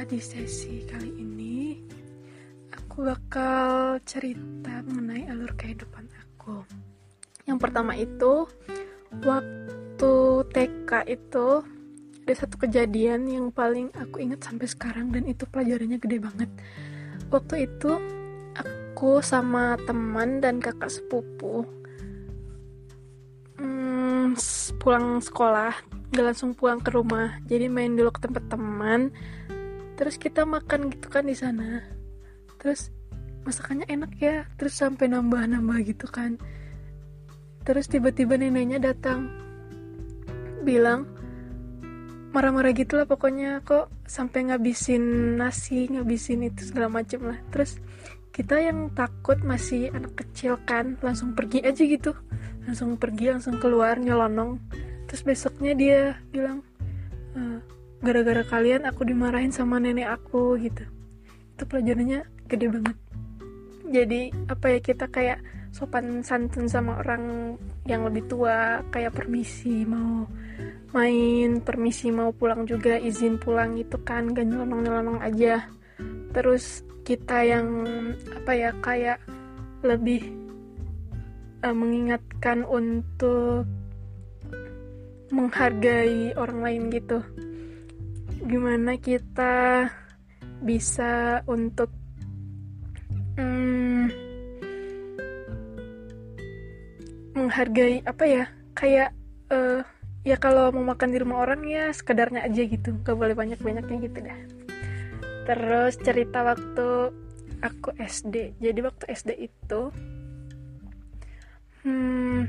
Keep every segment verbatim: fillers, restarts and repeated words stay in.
di sesi kali ini aku bakal cerita mengenai alur kehidupan aku. Yang pertama itu waktu T K itu ada satu kejadian yang paling aku ingat sampai sekarang, dan itu pelajarannya gede banget. Waktu itu aku sama teman dan kakak sepupu hmm, pulang sekolah, gak langsung pulang ke rumah, jadi main dulu ke tempat teman, terus kita makan gitu kan di sana. Terus masakannya enak ya, terus sampai nambah-nambah gitu kan. Terus tiba-tiba neneknya datang, bilang marah-marah gitu lah pokoknya, kok sampai ngabisin nasi, ngabisin itu segala macem lah. Terus kita yang takut masih anak kecil kan, langsung pergi aja gitu, langsung pergi, langsung keluar nyelonong. Terus besoknya dia bilang, e, gara-gara kalian aku dimarahin sama nenek aku gitu. Itu pelajarannya gede banget. Jadi apa ya, kita kayak sopan santun sama orang yang lebih tua, kayak permisi mau main, permisi mau pulang juga, izin pulang gitu kan, gak nyelonong-nyelonong aja. Terus kita yang apa ya, kayak lebih uh, mengingatkan untuk menghargai orang lain gitu. Gimana kita bisa untuk hmm, menghargai apa ya, kayak uh, ya kalau mau makan di rumah orang ya sekedarnya aja gitu, gak boleh banyak-banyaknya gitu dah. Terus cerita waktu aku S D. Jadi waktu S D itu hmm,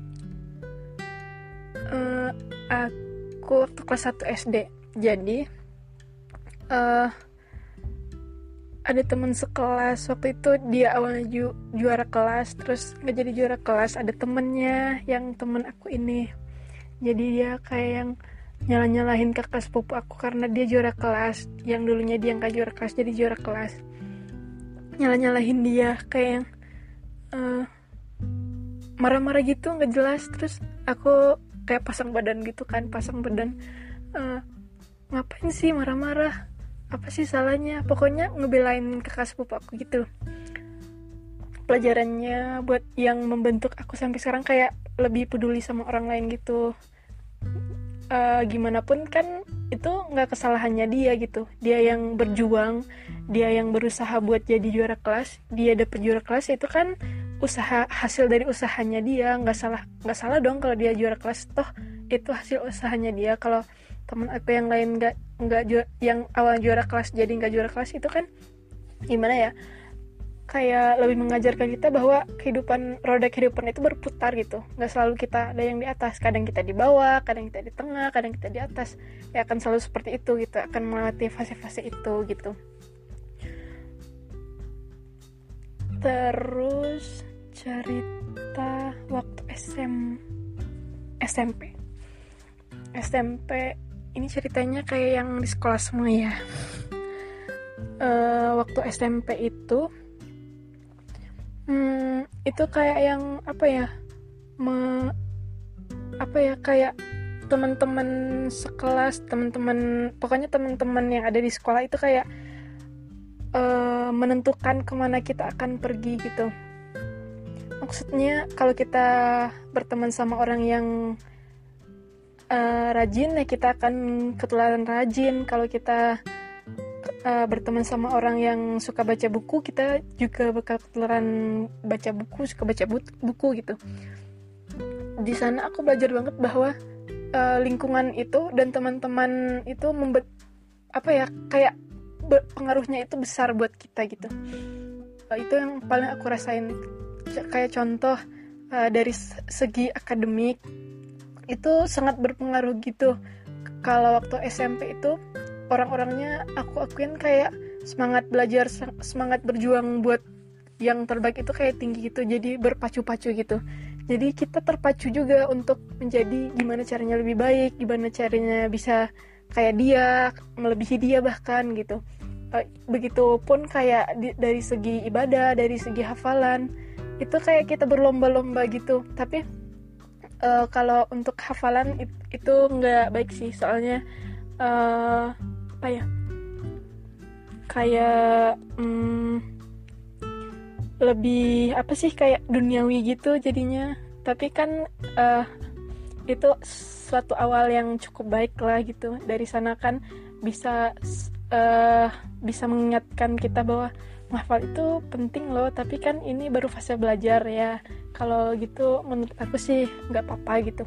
uh, aku waktu kelas satu S D. Jadi uh, ada teman sekelas. Waktu itu dia awalnya ju- juara kelas, terus gak jadi juara kelas. Ada temennya yang temen aku ini, jadi dia kayak yang nyalah-nyalahin kakak sepupu aku karena dia juara kelas. Yang dulunya dia gak juara kelas jadi juara kelas. Nyalah-nyalahin dia kayak yang uh, marah-marah gitu, gak jelas. Terus aku kayak pasang badan gitu kan, pasang badan, uh, ngapain sih marah-marah, apa sih salahnya, pokoknya ngebelain kakak sepupu aku gitu. Pelajarannya buat yang membentuk aku sampai sekarang, kayak lebih peduli sama orang lain gitu. Uh, gimana pun kan itu nggak kesalahannya dia gitu, dia yang berjuang, dia yang berusaha buat jadi juara kelas, dia dapet juara kelas, itu kan usaha, hasil dari usahanya dia. Nggak salah nggak salah dong kalau dia juara kelas, toh itu hasil usahanya dia. Kalau teman aku yang lain nggak nggak ju- yang awal juara kelas jadi nggak juara kelas, itu kan gimana ya, kayak lebih mengajarkan kita bahwa kehidupan, roda kehidupan itu berputar gitu. Nggak selalu kita ada yang di atas, kadang kita di bawah, kadang kita di tengah, kadang kita di atas. Ya akan selalu seperti itu gitu, akan melewati fase-fase itu gitu. Terus cerita waktu S M S M P S M P ini ceritanya kayak yang di sekolah semua ya. Uh, waktu S M P itu Hmm, itu kayak yang apa ya, me, apa ya kayak teman-teman sekelas, teman-teman, pokoknya teman-teman yang ada di sekolah itu kayak uh, menentukan kemana kita akan pergi gitu. Maksudnya kalau kita berteman sama orang yang uh, rajin, ya kita akan ketularan rajin. Kalau kita Uh, berteman sama orang yang suka baca buku, kita juga bakal ketularan baca buku, suka baca bu- buku gitu. Di sana aku belajar banget bahwa uh, lingkungan itu dan teman-teman itu membe- apa ya, kayak be- pengaruhnya itu besar buat kita gitu. Uh, itu yang paling aku rasain. C- kayak contoh uh, dari segi akademik itu sangat berpengaruh gitu. Kalau waktu S M P itu orang-orangnya aku akuin kayak semangat belajar, semangat berjuang buat yang terbaik itu kayak tinggi gitu, jadi berpacu-pacu gitu. Jadi kita terpacu juga untuk menjadi gimana caranya lebih baik, gimana caranya bisa kayak dia, melebihi dia bahkan gitu. Begitupun kayak di, dari segi ibadah, dari segi hafalan, itu kayak kita berlomba-lomba gitu. Tapi uh, kalau untuk hafalan it, itu nggak baik sih, soalnya uh, apa ya, kayak hmm, lebih apa sih kayak duniawi gitu jadinya. Tapi kan uh, itu suatu awal yang cukup baik lah gitu. Dari sana kan bisa uh, bisa mengingatkan kita bahwa menghafal itu penting loh, tapi kan ini baru fase belajar ya. Kalau gitu menurut aku sih nggak apa-apa gitu.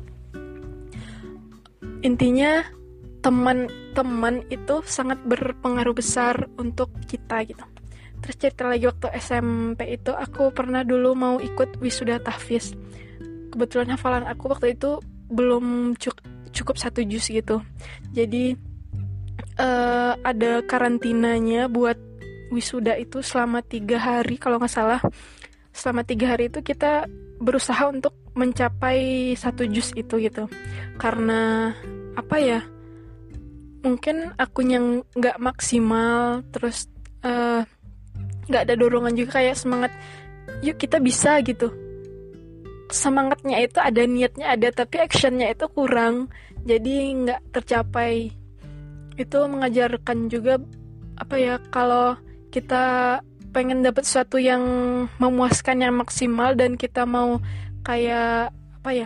Intinya teman-teman itu sangat berpengaruh besar untuk kita gitu. Terus cerita lagi waktu S M P itu aku pernah dulu mau ikut wisuda tahfiz. Kebetulan hafalan aku waktu itu belum cukup, cukup satu juz gitu. Jadi uh, ada karantinanya buat wisuda itu selama tiga hari kalau nggak salah. Selama tiga hari itu kita berusaha untuk mencapai satu juz itu gitu. Karena apa ya? Mungkin akunya nggak maksimal, terus uh, nggak ada dorongan juga kayak semangat. Yuk kita bisa gitu. Semangatnya itu ada, niatnya ada, tapi actionnya itu kurang. Jadi nggak tercapai. Itu mengajarkan juga apa ya, kalau kita pengen dapat sesuatu yang memuaskan, yang maksimal, dan kita mau kayak apa ya,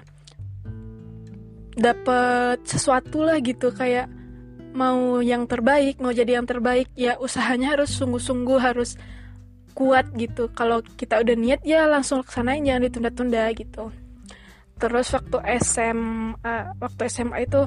dapat sesuatu lah gitu, kayak mau yang terbaik, mau jadi yang terbaik, ya usahanya harus sungguh-sungguh, harus kuat gitu. Kalau kita udah niat ya langsung laksanain, jangan ditunda-tunda gitu. Terus waktu S M A, waktu S M A itu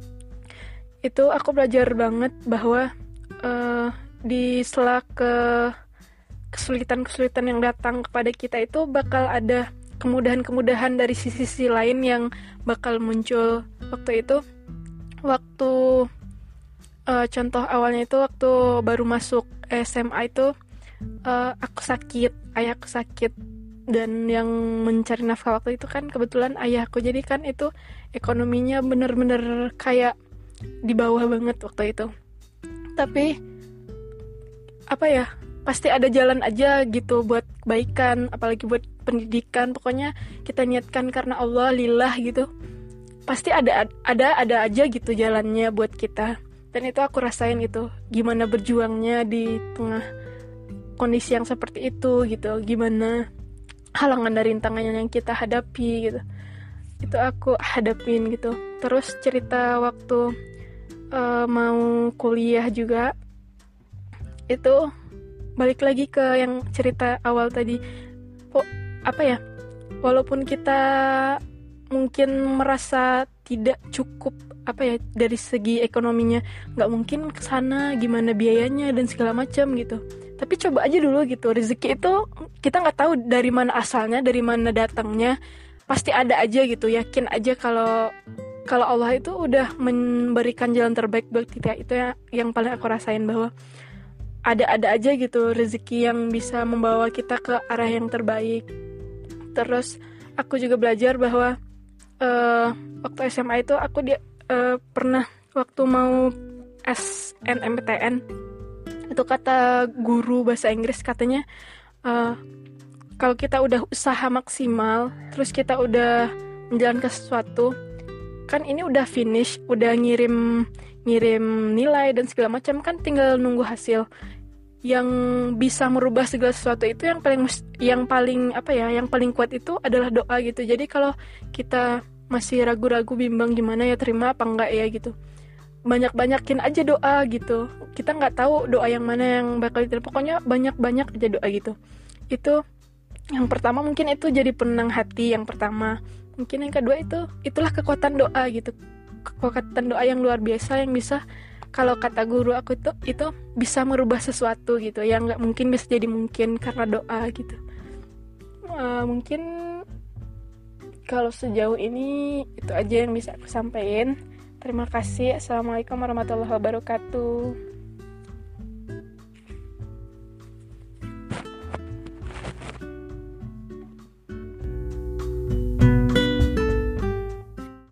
itu aku belajar banget bahwa uh, di sela ke kesulitan-kesulitan yang datang kepada kita itu bakal ada kemudahan-kemudahan dari sisi-sisi lain yang bakal muncul. Waktu itu waktu uh, contoh awalnya itu waktu baru masuk S M A itu uh, aku sakit, ayahku sakit, dan yang mencari nafkah waktu itu kan kebetulan ayahku. Jadi kan itu ekonominya bener-bener kayak di bawah banget waktu itu. Tapi apa ya, pasti ada jalan aja gitu buat kebaikan, apalagi buat pendidikan. Pokoknya kita niatkan karena Allah, lillah gitu, pasti ada ada ada aja gitu jalannya buat kita. Dan itu aku rasain itu, gimana berjuangnya di tengah kondisi yang seperti itu gitu, gimana halangan dari rintangan yang kita hadapi gitu, itu aku hadapin gitu. Terus cerita waktu uh, mau kuliah juga, itu balik lagi ke yang cerita awal tadi. Oh, apa ya, walaupun kita mungkin merasa tidak cukup apa ya dari segi ekonominya, nggak mungkin kesana, gimana biayanya dan segala macam gitu, tapi coba aja dulu gitu. Rezeki itu kita nggak tahu dari mana asalnya, dari mana datangnya, pasti ada aja gitu. Yakin aja kalau kalau Allah itu udah memberikan jalan terbaik buat kita. Itu yang, yang paling aku rasain, bahwa ada-ada aja gitu rezeki yang bisa membawa kita ke arah yang terbaik. Terus aku juga belajar bahwa uh, waktu S M A itu aku dia uh, pernah waktu mau S N M P T N, itu kata guru bahasa Inggris, katanya uh, kalau kita udah usaha maksimal, terus kita udah menjalankan sesuatu, kan ini udah finish, udah ngirim ngirim nilai dan segala macam, kan tinggal nunggu hasil. Yang bisa merubah segala sesuatu itu yang paling yang paling apa ya, yang paling kuat itu adalah doa gitu. Jadi kalau kita masih ragu-ragu, bimbang gimana ya, terima apa enggak ya gitu, banyak-banyakin aja doa gitu. Kita nggak tahu doa yang mana yang bakal diterima, pokoknya banyak-banyak aja doa gitu. Itu yang pertama, mungkin itu jadi penenang hati yang pertama. Mungkin yang kedua itu itulah kekuatan doa gitu, kekuatan doa yang luar biasa, yang bisa, kalau kata guru aku itu itu bisa merubah sesuatu gitu, yang nggak mungkin bisa jadi mungkin karena doa gitu. Uh, mungkin kalau sejauh ini itu aja yang bisa aku sampaikan. Terima kasih. Assalamualaikum warahmatullahi wabarakatuh.